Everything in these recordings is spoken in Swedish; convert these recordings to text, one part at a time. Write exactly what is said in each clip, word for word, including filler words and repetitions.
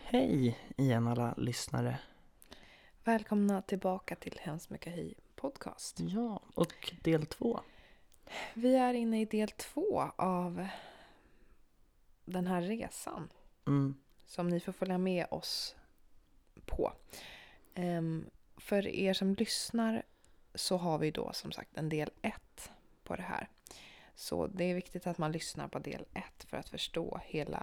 Hej igen alla lyssnare. Välkomna tillbaka till Hemskt mycket hej podcast. Ja, och del två. Vi är inne i del två av den här resan Mm. som ni får följa med oss på. Um, för er som lyssnar så har vi då som sagt en del ett på det här. Så det är viktigt att man lyssnar på del ett för att förstå hela...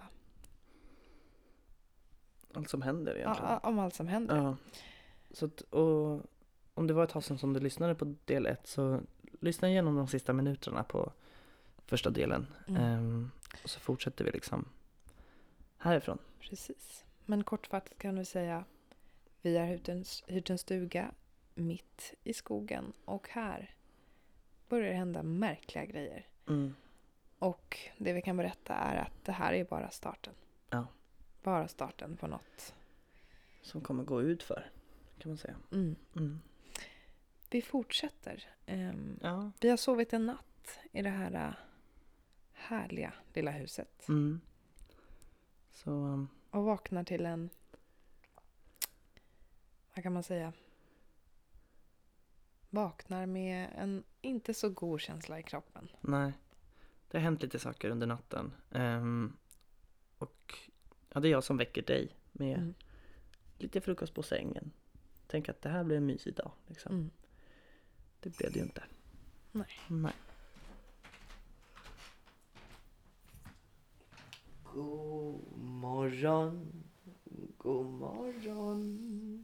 Allt som händer egentligen. Ja, om allt som händer. Ja. Så att, och om det var ett tag sedan som du lyssnade på del ett, så lyssna igenom de sista minuterna på första delen. Mm. Um, och så fortsätter vi liksom härifrån. Precis. Men kortfattat kan vi säga, vi har hyrt en, hyrt en stuga mitt i skogen och här börjar det hända märkliga grejer. Mm. Och det vi kan berätta är att det här är bara starten. Ja. Bara starten på något. Som kommer gå ut för, kan man säga. Mm. Mm. Vi fortsätter. Um, Ja. vi har sovit en natt i det här uh, härliga lilla huset. Mm. Så... Um, Och vaknar till en, vad kan man säga, vaknar med en inte så god känsla i kroppen. nej. Det har hänt lite saker under natten. Um, och ja, det är jag som väcker dig med Mm. lite frukost på sängen. Tänk att det här blir en mysig dag. Liksom. Mm. Det blev det ju inte. Nej. Nej. God morgon, god morgon.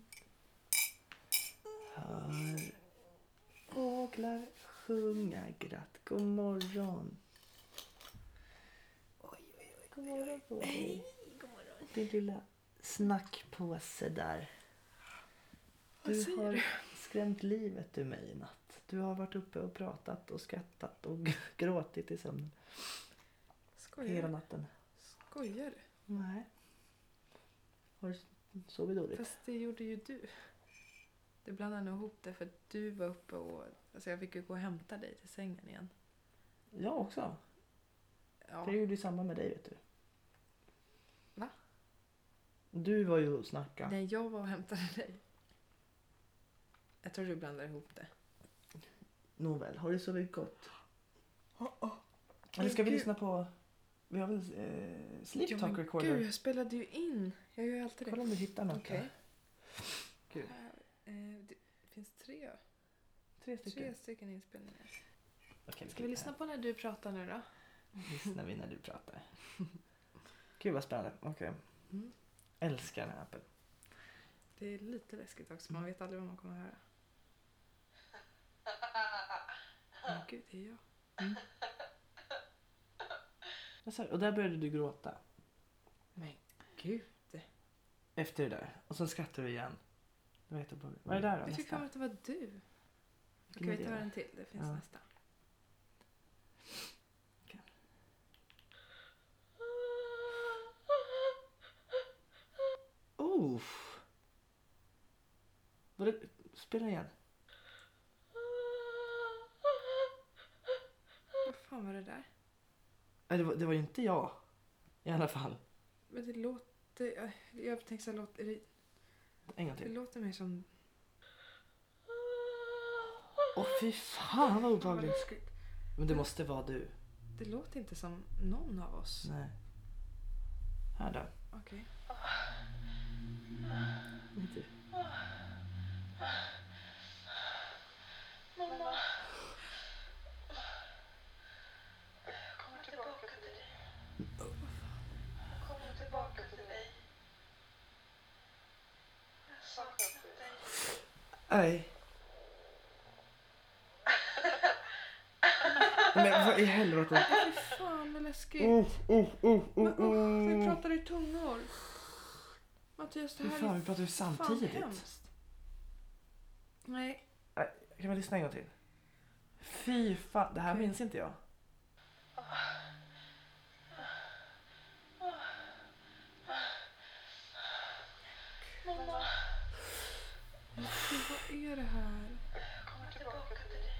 Hör fåglar sjunga glatt. God morgon. Oj, oj, oj. God morgon på dig. God morgon. Din lilla snackpåse där. Vad Du säger har du? skrämt livet ur mig i natt. Du har varit uppe och pratat och skrattat och gråtit i sömnen Skojar hela du? natten. Skojar du? Nej. Har du sovit dåligt? Fast det gjorde ju du. Det blandade nog ihop det för att du var uppe och... Alltså jag fick ju gå och hämta dig till sängen igen. Jag också. Ja. För jag gjorde ju samma med dig, vet du. Va? Du var ju och snackade. Nej, jag var och hämtade dig. Jag tror du blandar ihop det. Nåväl, har du sovit gott? Oh, oh. Eller ska vi Gud. lyssna på... Vi har väl eh, Sleep Ja, Talk men Recorder? Gud, jag spelade ju in. Jag gör ju alltid det. Kolla om du hittar något. Okej. Där. Gud. Här, eh, det finns tre, Tre stycken. tre stycken inspelningar. Okej, Ska vi lyssna på när du pratar nu då? Lyssnar vi när du pratar. Gud vad spännande. Okej. Mm. Älskar den här appen. Det är lite läskigt också. Man vet aldrig vad man kommer att höra. Men gud, det är jag. Mm. Vad sa du? Och där började du gråta. Men gud. Efter det där. Och sen skrattar du igen. Vad heter det? Vad är det där då? Jag tycker Nästa? att det var du. Vilken Okej, vi är tar det? en till. Det finns Ja. nästa. Oh. Var det... Spela igen. Vad fan var det där? Nej, det var, det var ju inte jag. I alla fall. Men det låter... Jag, jag tänkte så här, låter, det, En gång det till. låter mer som... Åh fy fan vad Vad obehagligt. läskigt. Men det måste vara du. Det låter inte som någon av oss. Nej. Här då. Okej. Inte du. Mamma. Jag kommer tillbaka till dig. Jag kommer tillbaka till dig. Jag saknar dig. Nej. Men vad i helvete? Fy fan vad läskigt. Oh, oh, oh, Men, oh, oh, vi oh. pratar i tungor. Mattias, det Hur här fan, är vi pratar ju fan samtidigt. hemskt. Nej. Kan man lyssna en gång till? Fy fan, det här Okej. minns inte jag. Mamma. Men gud, vad är det här? Jag kommer tillbaka till dig.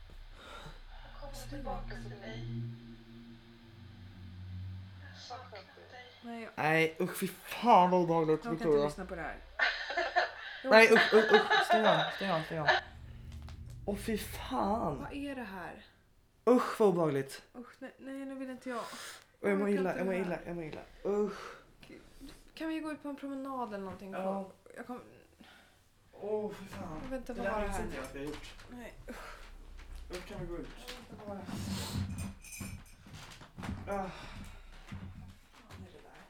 Jag kommer tillbaka till dig. Jag saknar med dig. Nej, jag, Nej usch fy fan vad obehagligt jag orkar inte Victoria. lyssna på det här. Jag Nej orkar- usch usch usch. Stäng av, stäng av, stäng av. Åh fy fan. Vad är det här? Usch vad obehagligt. Usch, nej, nej nu vill inte jag. Och jag mår orkar illa, inte jag mår det illa, här. jag mår illa. Usch. Kan vi gå ut på en promenad eller någonting? Ja. Jag, kom, Åh fy fan. jag vet inte Det vad det där här minns är. inte jag att vi har gjort. Nej, Usch kan vi gå ut? vad är Ah. det där?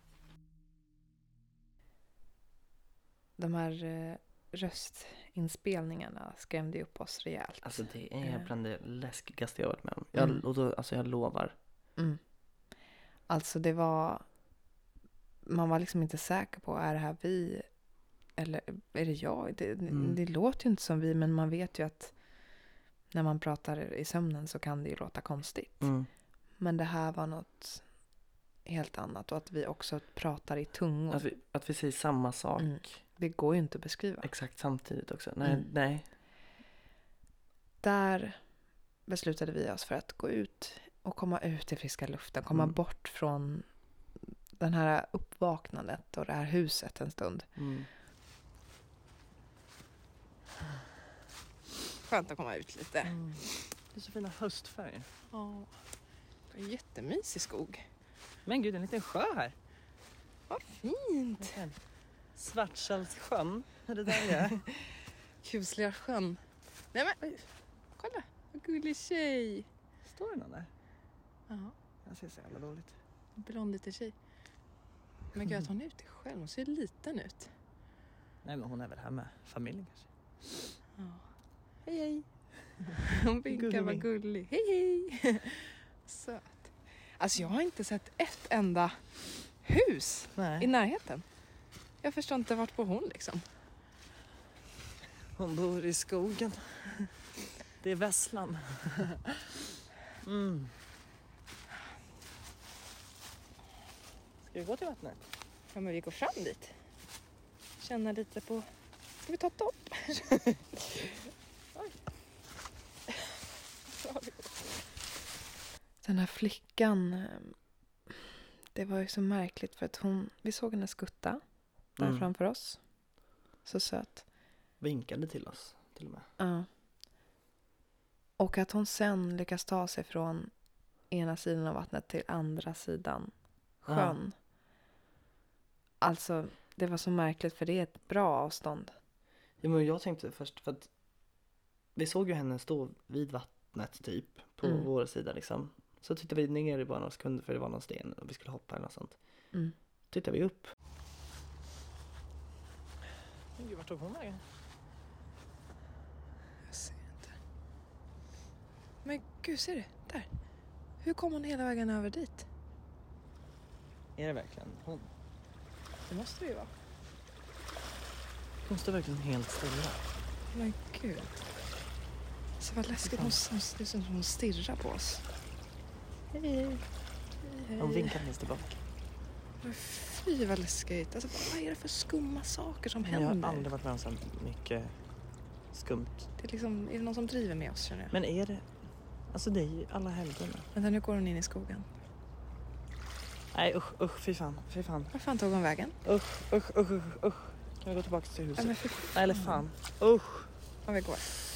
De här eh, röstinspelningarna skrämde ju upp oss rejält. Alltså det är Eh. bland det läskigaste jag varit med om. Jag, Mm. och då, alltså jag lovar. Mm. Alltså det var... Man var liksom inte säker på, är det här vi? Eller är det jag? Det, Mm. det låter ju inte som vi, men man vet ju att när man pratar i sömnen så kan det ju låta konstigt. Mm. Men det här var något helt annat, och att vi också pratar i tungor. Att, vi, att vi säger samma sak. Mm. Det går ju inte att beskriva. Exakt samtidigt också. Nej, Mm. nej. Där beslutade vi oss för att gå ut och komma ut i friska luften. Komma Mm. bort från den här uppvaknandet och det här huset en stund. Mm. Skönt att komma ut lite. Mm. Det är så fina höstfärger. Ja, det är en jättemysig skog. Men gud, en liten sjö här. Vad fint! Svartsaltssjön. Är det där är? Kusliga sjön. Nej men, oj, kolla, vad gullig tjej. Står det någon där? Ja, Jag ser så jävla dåligt. blond liten tjej. Men gud, att hon är ute själv, hon ser liten ut. Nej, men hon är väl här med familjen kanske. Ja. Hej hej. Hon vinkar, Gullig. vad gullig. Hej hej. Söt. Alltså jag har inte sett ett enda hus i Nej, närheten. Jag förstår inte vart på hon liksom. hon bor i skogen. Det är Västland. Mm. Ska vi gå till vattnet? Ja, men vi går fram dit. Känna lite på... Ska vi ta ett dopp? Den här flickan... eh, Det var ju så märkligt för att hon... Vi såg henne skutta där Mm. framför oss. Så söt. Vinkade till oss till och med. Ja. Och att hon sen lyckas ta sig från ena sidan av vattnet till andra sidan sjön. Alltså, det var så märkligt för det är ett bra avstånd. Ja, men jag tänkte först för att vi såg ju henne stå vid vattnet typ på Mm. vår sida liksom. Så tittade vi ner i bara några sekunder för det var någon sten och vi skulle hoppa eller något sånt. Mm. Tittade vi upp. Men gud, vart tog hon vägen? Jag ser inte. Men gud, ser du? Där. Hur kom hon hela vägen över dit? Är det verkligen hon? Det måste det ju vara. Hon står verkligen helt stilla. Men gud. Så vad läskigt. Hon, hon, det är som hon stirrar på oss. Hej, hej. Hej, Hon vinkar hennes tillbaka. Men fy vad läskigt. Alltså, vad är det för skumma saker som Men jag händer? har aldrig varit med om så här mycket skumt. Det är, liksom, är det någon som driver med oss, känner jag. Men är det... Alltså det är ju alla helgerna. Vänta, nu går hon in i skogen. Nej usch, usch, fy fan, fy fan. Var fan tog hon vägen? Usch, usch, usch, usch, usch. Kan vi gå tillbaka till Ja, huset? men fy Nej, eller fan. Usch. Ja, vi går.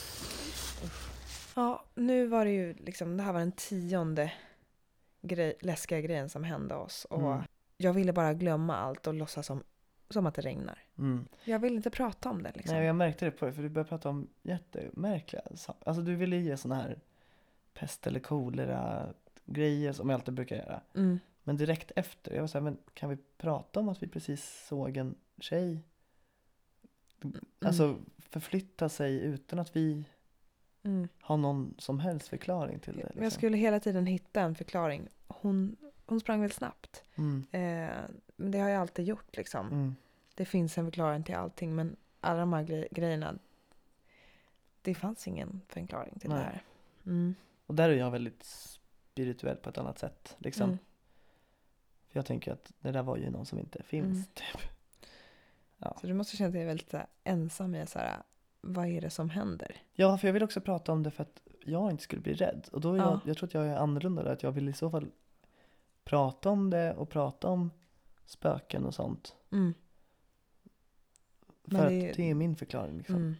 Ja, nu var det ju liksom, det här var den tionde grej, läskiga grejen som hände oss. Och Mm. jag ville bara glömma allt och låtsas som, som att det regnar. Mm. Jag ville inte prata om det liksom. Nej, jag märkte det på dig för du började prata om jättemärkliga saker. Alltså du ville ge såna här pest eller kolera grejer som jag alltid brukar göra. Mm. Men direkt efter, jag var så här, men kan vi prata om att vi precis såg en tjej alltså förflytta sig utan att vi Mm. har någon som helst förklaring till det? Men Liksom. jag skulle hela tiden hitta en förklaring. Hon, hon sprang väl snabbt. Mm. Eh, men det har jag alltid gjort liksom. Mm. Det finns en förklaring till allting, men alla de här gre- grejerna, det fanns ingen förklaring till Nej. det här. Mm. Och där är jag väldigt spirituell på ett annat sätt. Liksom. Mm. För jag tänker att det där var ju någon som inte finns. Mm. Typ. Så du måste känna dig väldigt så här, ensam i så här, vad är det som händer? Ja, för jag vill också prata om det för att jag inte skulle bli rädd. Och då är Ja. jag, jag tror att jag är annorlunda där. Att jag vill i så fall prata om det och prata om spöken och sånt. Mm. För Men att det- det är min förklaring liksom. Mm.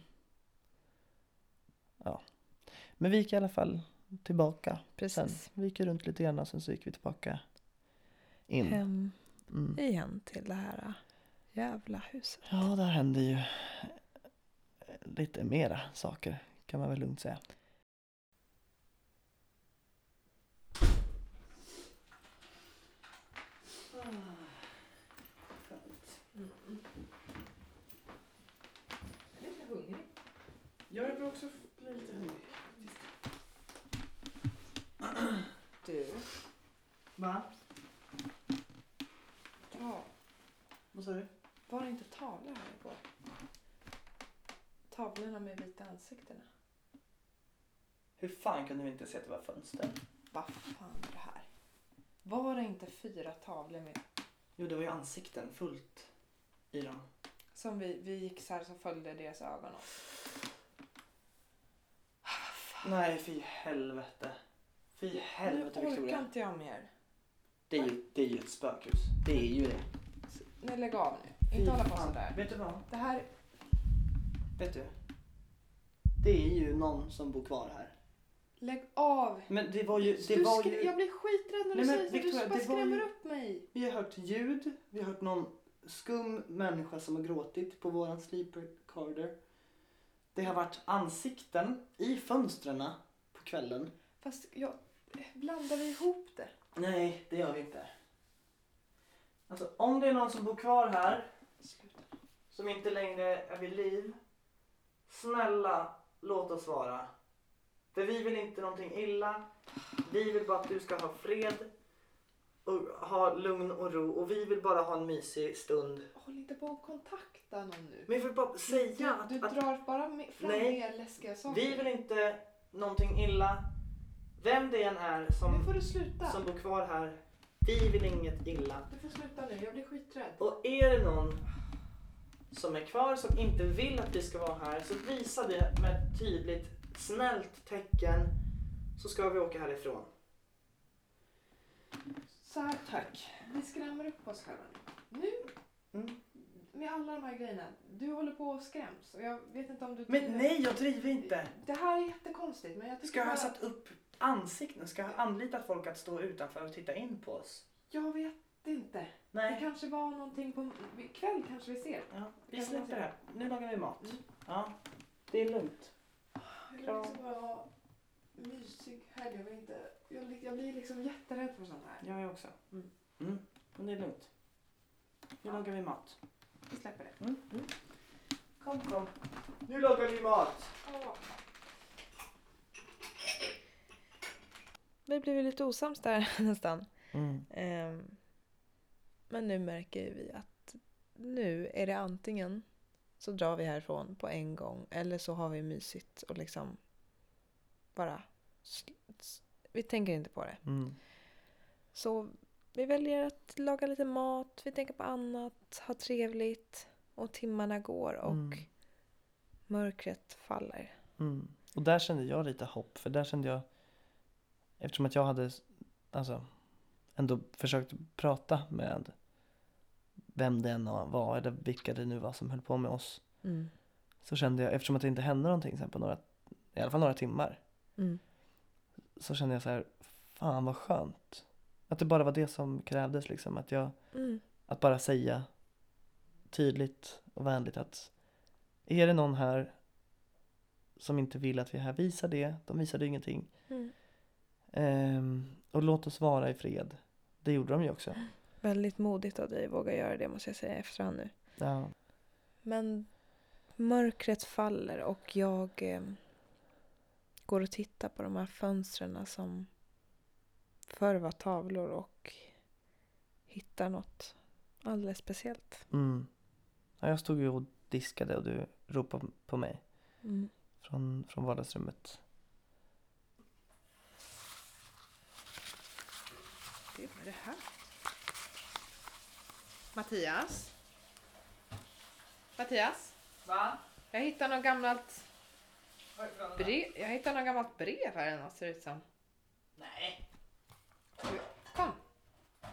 Men vi gick i alla fall tillbaka. Sen Precis. vi gick runt lite grann och sen så gick vi tillbaka in. Hem Mm. igen till det här äh, jävla huset. Ja, där hände ju lite mera saker kan man väl lugnt säga. Jag är lite hungrig. Jag vill också bli lite hungrig. Du, Va? ta, Vad sa du? var det inte tavlor här på? Tavlorna med vita ansiktena. Hur fan kunde vi inte se att det var fönster? Vad fan är det här? Var det inte fyra tavlor med? Jo, det var ju ansikten fullt i dem. Som vi, vi gick så här så följde deras ögon oss. Nej, fy helvete. Fy helvete, Nu orkar Victoria. inte jag mer. Det är, ju, det är ju ett spökhus. Det är ju det. Nej, lägg av nu. Inte Fy hålla på fan. sådär. Vet du vad? Det här... Vet du? Det är ju någon som bor kvar här. Lägg av! Men det var ju... Det du var skri- ju... Jag blir skiträdd när Nej, du men säger så. Victoria, Du bara det var skrämmer ju- upp mig. Vi har hört ljud. Vi har hört någon skum människa som har gråtit på våran sleeper corridor. Det har varit ansikten i fönstren på kvällen. Fast jag... Blandar vi ihop det? Nej, det gör vi inte. Alltså, om det är någon som bor kvar här Sluta. som inte längre är vid liv, snälla låt oss vara. För vi vill inte någonting illa. Vi vill bara att du ska ha fred och ha lugn och ro, och vi vill bara ha en mysig stund. Håll inte på att kontakta någon nu. Men jag vill bara säga att, Du, du att drar bara med, fram Nej. mer läskiga saker. vi vill inte någonting illa. Vem det än är Nu som, får du sluta. som bor kvar här, vi vill inget illa. Du får sluta nu. Jag blir skiträdd. Och är det någon som är kvar som inte vill att vi ska vara här, så visa det med ett tydligt, snällt tecken, så ska vi åka härifrån. Så här, Tack. vi skrämmer upp oss själva nu. Nu, Mm. med alla de här grejerna. Du håller på och skräms. Och jag vet inte om du... Men nej, jag driver inte. Det här är jättekonstigt. Men jag tycker Ska jag ha bara... satt upp ansikten? Ska jag ha anlitat folk att stå utanför och titta in på oss? Jag vet inte. Det Nej. kanske var någonting på... Ikväll kanske vi ser. Ja, vi Kan släpper man det här. Nu lagar vi mat. Mm. Ja, det är lugnt. Jag vill Kram. liksom bara ha mysig helg. Jag, vill inte, jag, jag blir liksom jätterädd för sånt här. Jag är också. Mm. Mm. Men det är lugnt. Nu Ja. lagar vi mat. Vi släpper det. Mm. Mm. Kom, kom. Nu lagar vi mat. Vi blev lite osams där nästan. Mm. Ehm, men nu märker vi att nu är det antingen så drar vi härifrån på en gång, eller så har vi mysigt och liksom bara sl- s- vi tänker inte på det. Mm. Så vi väljer att laga lite mat, vi tänker på annat, ha trevligt, och timmarna går och Mm. mörkret faller. Mm. Och där kände jag lite hopp, för där kände jag, eftersom att jag hade alltså ändå försökt prata med vem det än var eller vilka det nu var som höll på med oss, Mm. så kände jag, eftersom att det inte hände någonting sen på några, i alla fall några timmar, Mm. så kände jag så här, fan vad skönt att det bara var det som krävdes liksom, att jag Mm. att bara säga tydligt och vänligt att är det någon här som inte vill att vi är här, visar det, de visade ingenting. Mm. Ehm, och låt oss vara i fred. Det gjorde de ju också. Väldigt modigt av dig att våga göra det, måste jag säga efterhand nu. Ja. Men mörkret faller och jag eh, går och tittar på de här fönstren som förr var tavlor och hittar något alldeles speciellt. Mm. Ja, jag stod ju och diskade och du ropade på mig Mm. från, från vardagsrummet. Det var det här. Mattias? Mattias? Va? Jag hittar något gammalt brev. Jag hittar något gammalt brev här eller något, ser det ut som. Nej. Kom.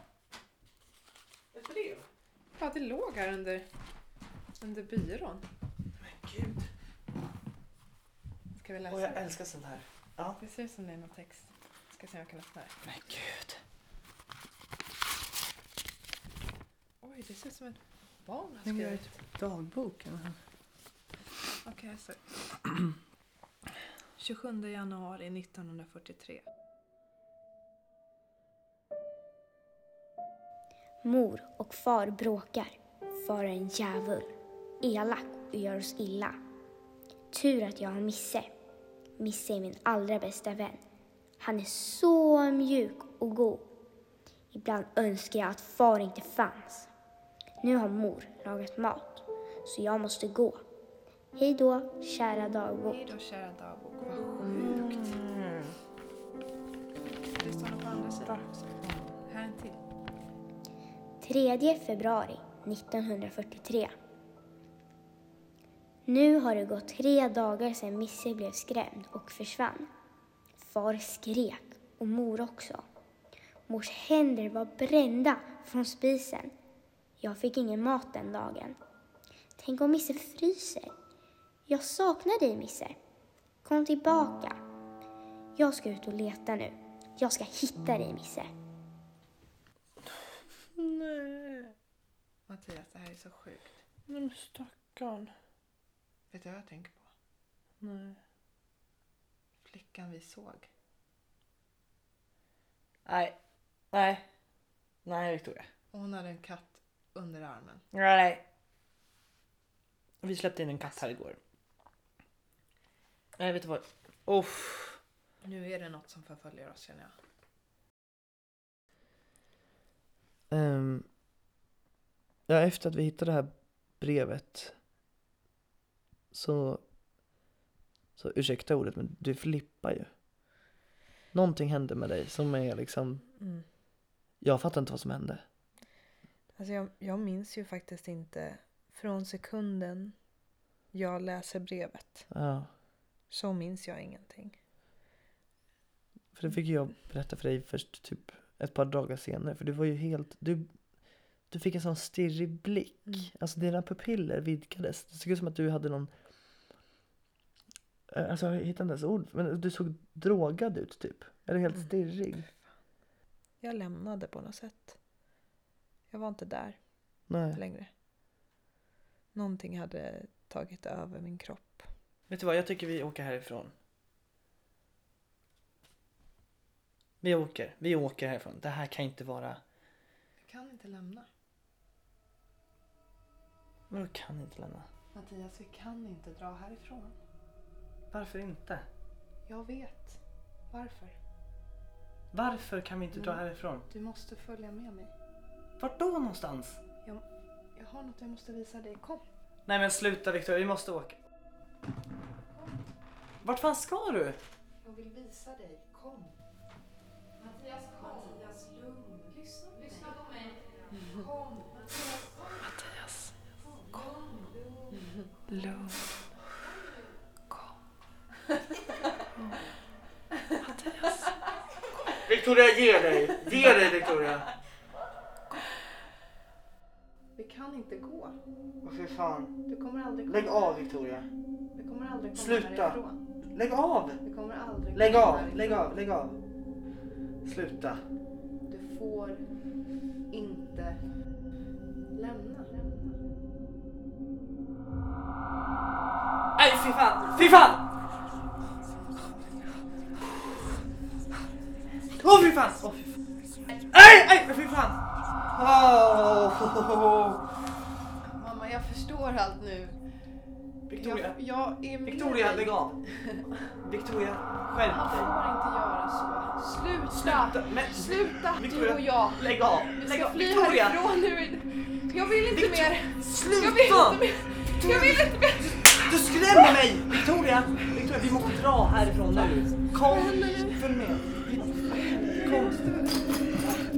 brev? Ja, det låg här under, under byrån. Men gud. Ska vi läsa? Åh, jag älskar sånt här. Ja. Det ser ut som det är någon text. Ska se om jag kan öppna det. Men gud. Oj, det ser ut som ett barn har Det är skrivit. ett dagbok. Okej, så. tjugosjunde januari nittonhundrafyrtiotre. Mor och far bråkar. Far är en djävul. Elak och gör oss illa. Tur att jag har Misse. Misse är min allra bästa vän. Han är så mjuk och god. Ibland önskar jag att far inte fanns. Nu har mor lagat mat, så jag måste gå. Hej då, kära dagbok. Hej då, kära dagbok. Vad sjukt. Det står något på andra sidan också. Här är en till. tredje februari nittonhundrafyrtiotre. Nu har det gått tre dagar sedan Misse blev skrämd och försvann. Far skrek och mor också. Mors händer var brända från spisen. Jag fick ingen mat den dagen. Tänk om Misse fryser. Jag saknar dig, Misse. Kom tillbaka. Jag ska ut och leta nu. Jag ska hitta dig, Misse. Nej. Mattias, det här är så sjukt. Nej men stackarn. Vet du vad jag tänker på? Nej. Flickan vi såg. Nej. Nej. Nej, Victoria. Hon hade en katt under armen. Nej. Vi släppte in en katt här igår. Nej, vet du vad? Uff. Nu är det något som förföljer oss, känner jag. Um, ja, efter att vi hittade det här brevet så så ursäkta ordet, men du flippar ju. Någonting hände med dig som är liksom Mm. jag fattar inte vad som hände. Alltså jag, jag minns ju faktiskt inte från sekunden jag läser brevet. Ja, Så minns jag ingenting. för det fick jag berätta för dig först typ ett par dagar senare, för du var ju helt du du fick en sån stirrig blick. Mm. Alltså dina pupiller vidgades. Det såg ut som att du hade någon eh, alltså jag hittar inte ens ord, men du såg drogad ut typ. Eller helt Mm. stirrig. Jag lämnade på något sätt. Jag var inte där Nej. längre. Någonting hade tagit över min kropp. Vet du vad, jag tycker vi åker härifrån. Vi åker, vi åker härifrån. Det här kan inte vara... Jag kan inte lämna. Men du kan inte lämna. Mattias, vi kan inte dra härifrån. Varför inte? Jag vet. Varför? Varför kan vi inte dra Mm. härifrån? Du måste följa med mig. Vart då någonstans? Jag, jag har något jag måste visa dig. Kom. Nej men sluta Victoria, vi måste åka. Vart fan ska du? Jag vill visa dig. Kom. Mattias, kom. Mattias, lugn. Lyssna på Lyssna mig. På mig. Kom. Mattias, kom. Mattias. Kom. Lugn. Kom. Mattias. Victoria, ge dig. Ge dig Victoria. Vi kan inte gå. Vad för fan. Du kommer aldrig komma Lägg av Victoria. Vi kommer aldrig komma Sluta. härifrån. Lägg av. Vi kommer aldrig Lägg komma av. härifrån. Lägg av. Lägg av. Sluta. Du får inte lämna. Nej fy fan. Fy fan. Åh fy fan. Åh fy fan. Nej, nej, fy fan. Åh. Mamma, jag förstår allt nu. Victoria. Jag, jag är med Victoria, dig. lägg av. Victoria, skärp Han dig. får inte göra så. Sluta! Sluta, men- Sluta, Victoria, du och jag. Lägg av. Vi Lägg ska av. fly Victoria. härifrån nu. Jag vill inte Victor- mer. Sluta. Jag vill inte mer. Jag vill inte mer. Du skrämmer mig. Victoria. Victoria, vi måste dra härifrån nu. Kom. Följ med. Kom.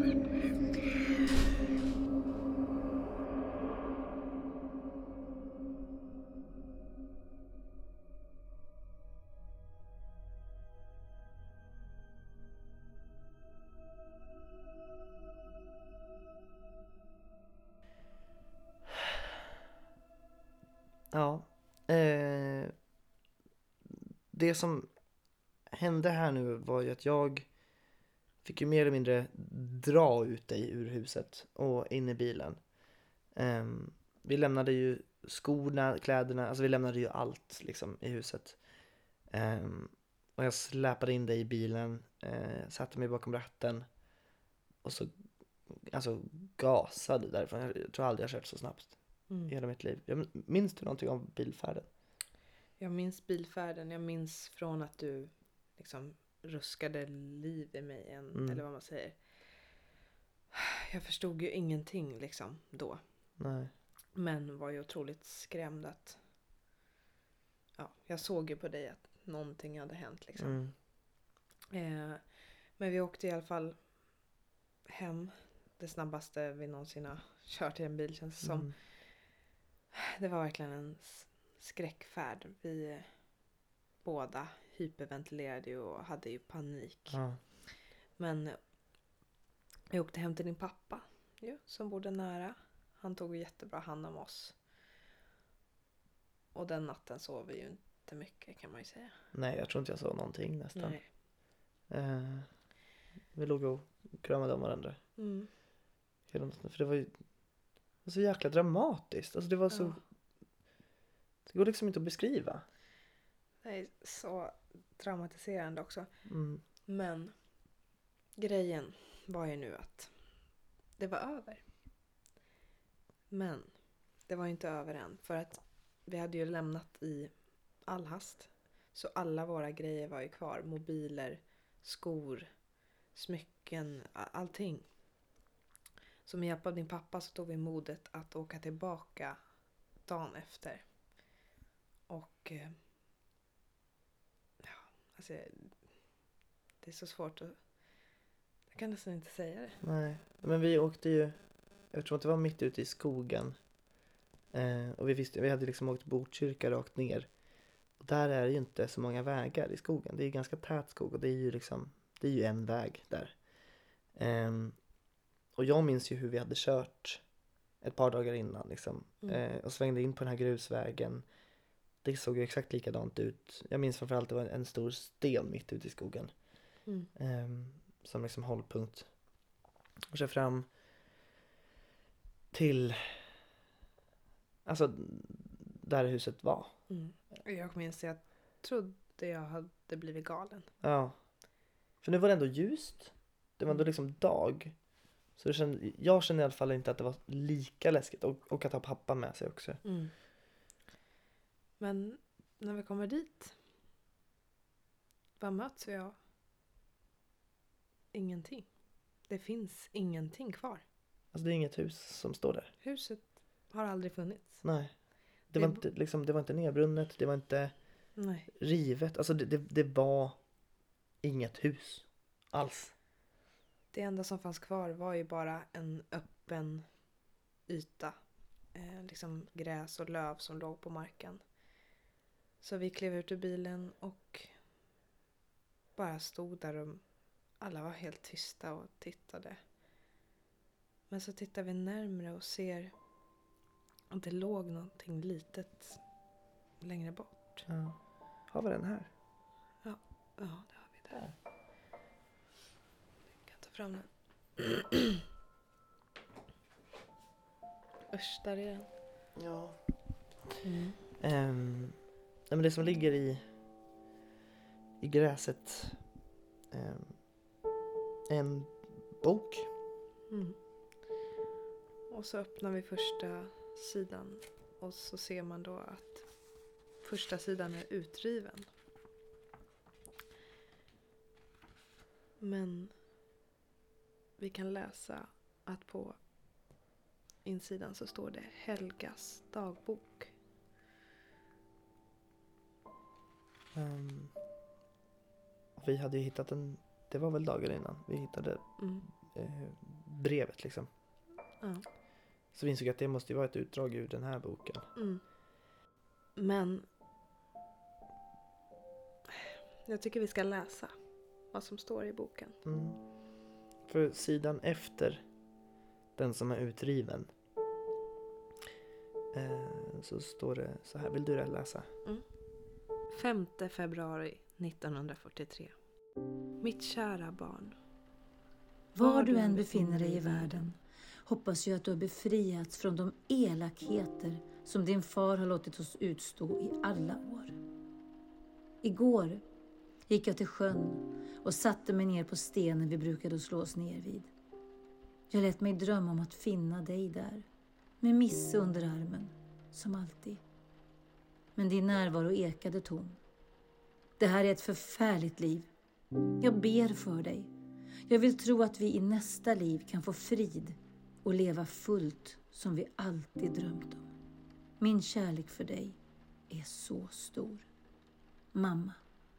Ja. Eh, det som hände här nu var ju att jag fick ju mer eller mindre dra ut dig ur huset och in i bilen. Eh, vi lämnade ju skorna, kläderna, alltså vi lämnade ju allt liksom i huset. Eh, och jag släpade in dig i bilen, eh, satte mig bakom ratten och så alltså gasade därifrån. Jag tror aldrig jag kört så snabbt Mm. i hela mitt liv. Jag minns du någonting om bilfärden? Jag minns bilfärden. Jag minns från att du liksom ruskade liv i mig. En, Mm. Eller vad man säger. Jag förstod ju ingenting liksom då. Nej. Men var ju otroligt skrämd att... Ja, jag såg ju på dig att någonting hade hänt liksom. Mm. Eh, men vi åkte i alla fall hem. Det snabbaste vi någonsin har kört i en bil, känns det som. Mm. Det var verkligen en s- skräckfärd. Vi båda hyperventilerade ju och hade ju panik. Ja. Men jag åkte hem till din pappa ju, som bodde nära. Han tog jättebra hand om oss. Och den natten sov vi ju inte mycket, kan man ju säga. Nej, jag tror inte jag sa någonting nästan. Nej. Eh, vi låg och kramade om varandra Mm. hela natten. För det var ju det var så jäkla dramatiskt. Alltså det var så... Ja. Det går liksom inte att beskriva. Det är så traumatiserande också. Mm. Men grejen var ju nu att det var över. Men det var ju inte över än. För att vi hade ju lämnat i all hast. Så alla våra grejer var ju kvar. Mobiler, skor, smycken, a- allting. Så med hjälp av din pappa så tog vi modet att åka tillbaka dagen efter. Och eh, ja, alltså det är så svårt att... Jag kan nästan inte säga det. Nej, men vi åkte ju... Jag tror att det var mitt ute i skogen. Eh, och vi visste, vi hade liksom åkt Botkyrka rakt ner. Och där är det ju inte så många vägar i skogen. Det är ganska tät skog och det är ju liksom... Det är ju en väg där. Ehm, och jag minns ju hur vi hade kört ett par dagar innan liksom. Mm. Eh, och svängde in på den här grusvägen. Det såg ju exakt likadant ut. Jag minns framförallt att det var en stor sten mitt ute i skogen. Mm. Ehm, som liksom hållpunkt. Och kör fram till alltså där huset var. Mm. Jag minns att jag trodde jag hade blivit galen. Ja. För nu var det ändå ljust. Det var ändå Mm. liksom dag. Så det kände, jag kände i alla fall inte att det var lika läskigt. Och, och att ha pappa med sig också. Mm. Men när vi kommer dit, vad möts vi av? Ingenting. Det finns ingenting kvar. Alltså det är inget hus som står där. Huset har aldrig funnits. Nej. Det Vi var bo- inte, liksom, det var inte nedbrunnet. Det var inte Nej. rivet. Alltså det, det, det var inget hus alls. Det enda som fanns kvar var ju bara en öppen yta. Eh, liksom gräs och löv som låg på marken. Så vi klev ut ur bilen och bara stod där och alla var helt tysta och tittade. Men så tittar vi närmre och ser att det låg någonting litet längre bort. Ja. Har vi den här? Ja, det har vi där. Jag kan ta fram den. Usch, där är den. Ja. Mm. Um, nej, men det som ligger i i gräset um, en bok. Mm. Och så öppnar vi första sidan och så ser man då att första sidan är utriven. Men vi kan läsa att på insidan så står det Helgas dagbok. Um, och vi hade ju hittat en, det var väl dagar innan, vi hittade Mm. eh, brevet liksom. Ja. Så vi insåg att det måste ju vara ett utdrag ur den här boken. Mm. Men jag tycker vi ska läsa vad som står i boken. Mm. För sidan efter den som är utriven eh, så står det så här. Vill du läsa? femte februari nittonhundrafyrtiotre. Mitt kära barn. Var du än befinner dig i världen hoppas jag att du har befriats från de elakheter som din far har låtit oss utstå i alla år. Igår gick jag till sjön och satte mig ner på stenen vi brukade slå oss ner vid. Jag lät mig drömma om att finna dig där, med Misse under armen, som alltid. Men din närvaro ekade tom. Det här är ett förfärligt liv. Jag ber för dig. Jag vill tro att vi i nästa liv kan få frid och leva fullt som vi alltid drömt om. Min kärlek för dig är så stor. Mamma.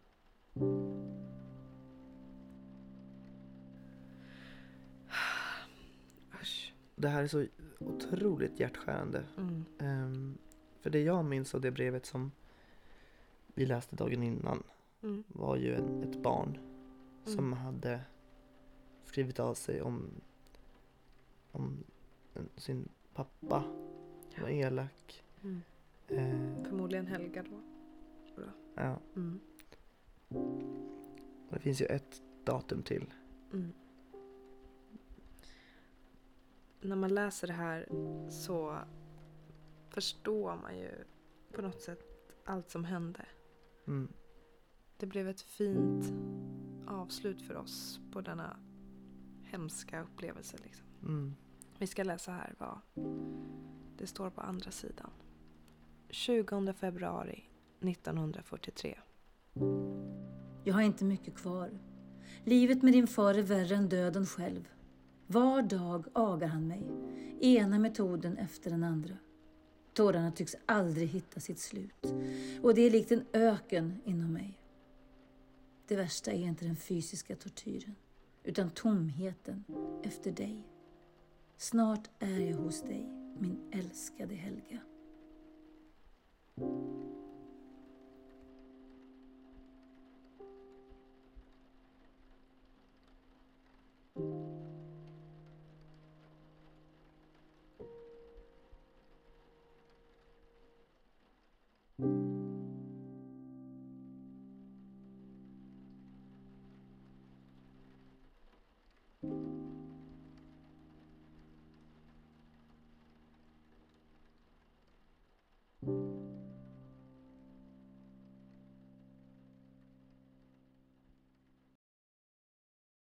Usch. Det här är så otroligt hjärtskärande. Mm. Ehm, för det jag minns av det brevet som vi läste dagen innan Mm. var ju en, ett barn Mm. som hade skrivit av sig om, om en, sin pappa som var elak. Mm. Ehm, Förmodligen Helga då. ja. Mm. Och det finns ju ett datum till. Mm. När man läser det här så förstår man ju på något sätt allt som hände. Mm. Det blev ett fint avslut för oss på denna hemska upplevelse. Liksom. Mm. Vi ska läsa här vad det står på andra sidan. tjugonde februari nittonhundrafyrtiotre. Jag har inte mycket kvar. Livet med din far är värre än döden själv. Var dag agar han mig. Ena metoden efter den andra. Tårarna tycks aldrig hitta sitt slut. Och det är likt en öken inom mig. Det värsta är inte den fysiska tortyren, utan tomheten efter dig. Snart är jag hos dig, min älskade Helga.